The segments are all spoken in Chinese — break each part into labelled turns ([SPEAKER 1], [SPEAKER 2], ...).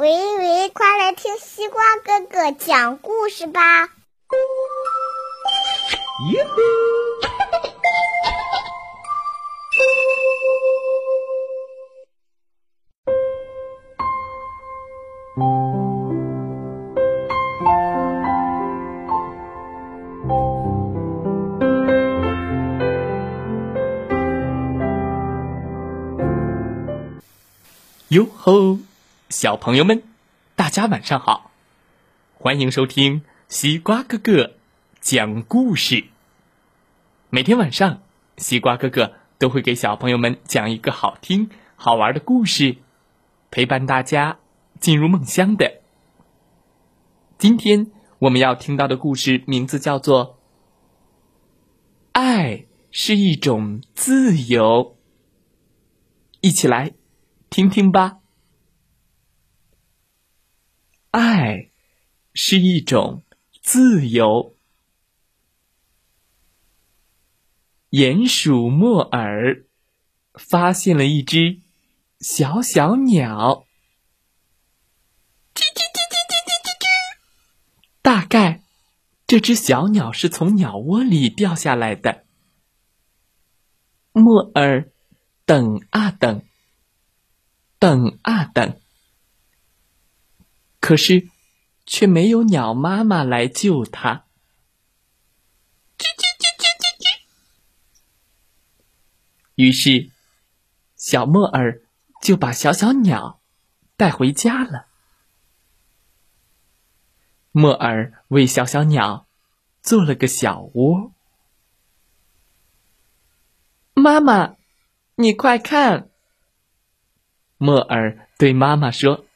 [SPEAKER 1] 喂喂，快来听西瓜哥哥讲故事吧！
[SPEAKER 2] 哟吼，小朋友们，大家晚上好！欢迎收听西瓜哥哥讲故事。每天晚上，西瓜哥哥都会给小朋友们讲一个好听、好玩的故事，陪伴大家进入梦乡的。今天我们要听到的故事名字叫做《爱是一种自由》，一起来听听吧。爱是一种自由。鼹鼠莫尔发现了一只小小鸟，大概这只小鸟是从鸟窝里掉下来的。莫尔等啊等，等啊等，可是却没有鸟妈妈来救它。于是小莫尔就把小小鸟带回家了。莫尔为小小鸟做了个小窝。妈妈，你快看！莫尔对妈妈说，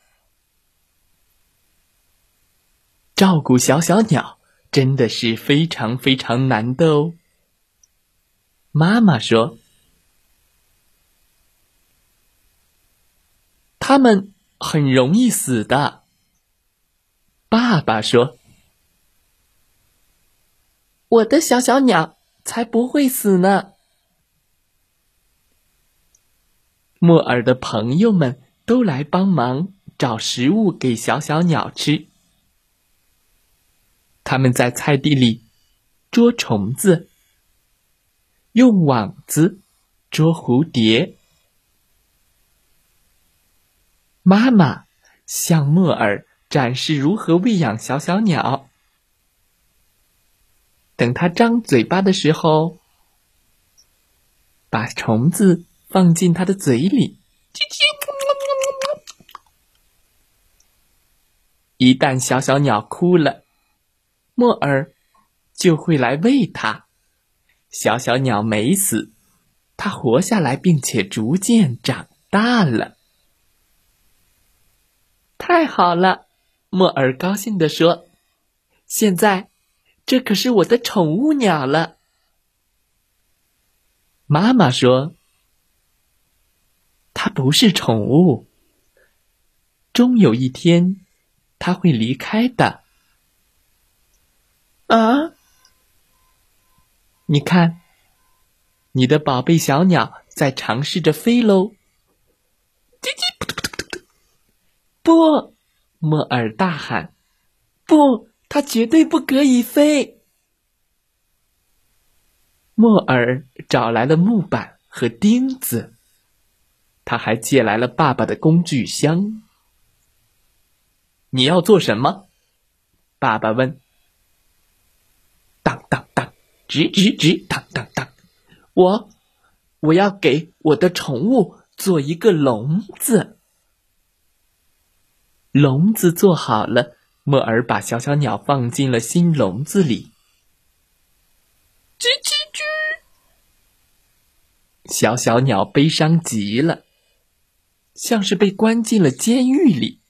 [SPEAKER 2] 照顾小小鸟真的是非常非常难的哦。妈妈说，它们很容易死的。爸爸说，我的小小鸟才不会死呢。莫尔的朋友们都来帮忙找食物给小小鸟吃。他们在菜地里捉虫子，用网子捉蝴蝶。妈妈向莫尔展示如何喂养小小鸟。等它张嘴巴的时候，把虫子放进它的嘴里。一旦小小鸟哭了，莫尔就会来喂它。小小鸟没死，它活下来并且逐渐长大了。太好了，莫尔高兴地说，现在这可是我的宠物鸟了。妈妈说，它不是宠物，终有一天它会离开的。啊！你看，你的宝贝小鸟在尝试着飞喽。不！莫尔大喊，不，它绝对不可以飞。莫尔找来了木板和钉子，他还借来了爸爸的工具箱。你要做什么？爸爸问。当当当，直直直，当当当。我要给我的宠物做一个笼子。笼子做好了，莫尔把小小鸟放进了新笼子里。吱吱吱！小小鸟悲伤极了，像是被关进了监狱里。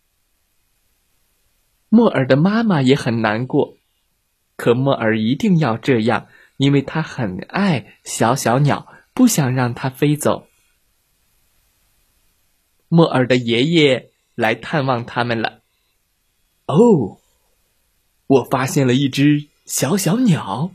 [SPEAKER 2] 莫尔的妈妈也很难过，可莫尔一定要这样，因为他很爱小小鸟，不想让它飞走。莫尔的爷爷来探望他们了。哦，我发现了一只小小鸟。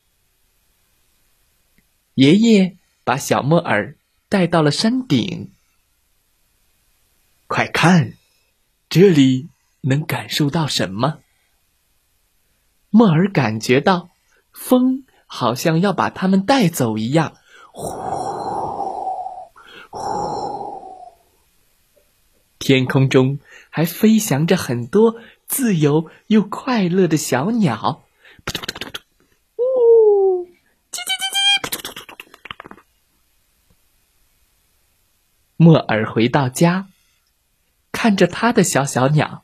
[SPEAKER 2] 爷爷把小莫尔带到了山顶。快看， 这里能感受到什么？莫尔感觉到风好像要把它们带走一样，呼呼。天空中还飞翔着很多自由又快乐的小鸟，呜，叽叽叽叽。莫尔回到家，看着他的小鸟，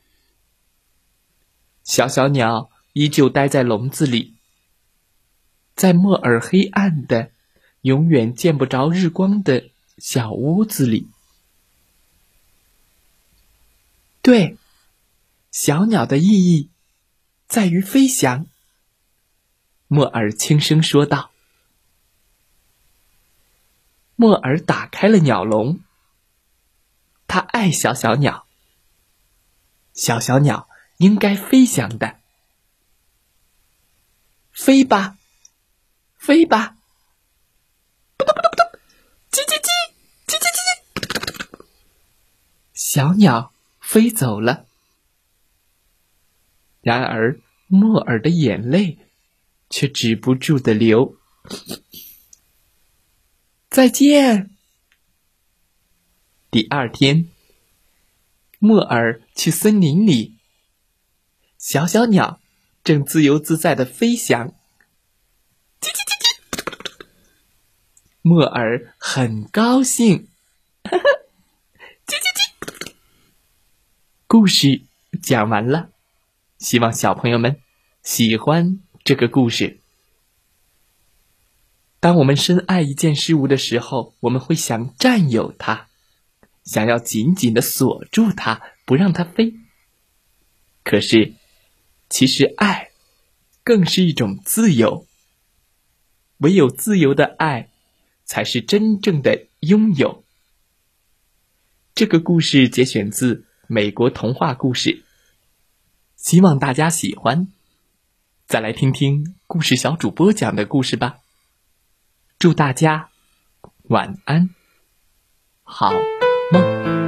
[SPEAKER 2] 小鸟依旧待在笼子里，在莫尔黑暗的、永远见不着日光的小屋子里。对，小鸟的意义在于飞翔，莫尔轻声说道。莫尔打开了鸟笼，他爱小鸟，小鸟应该飞翔的。飞吧，飞吧，扑通扑通扑通，叽叽叽，叽叽叽。小鸟飞走了，然而莫尔的眼泪却止不住地流。再见。第二天，莫尔去森林里，小鸟正自由自在地飞翔。叽叽叽叽，莫尔很高兴。叽叽叽。故事讲完了，希望小朋友们喜欢这个故事。当我们深爱一件事物的时候，我们会想占有它，想要紧紧地锁住它，不让它飞。可是，其实爱更是一种自由。唯有自由的爱，才是真正的拥有。这个故事节选自美国童话故事，希望大家喜欢。再来听听故事小主播讲的故事吧。祝大家晚安，好梦。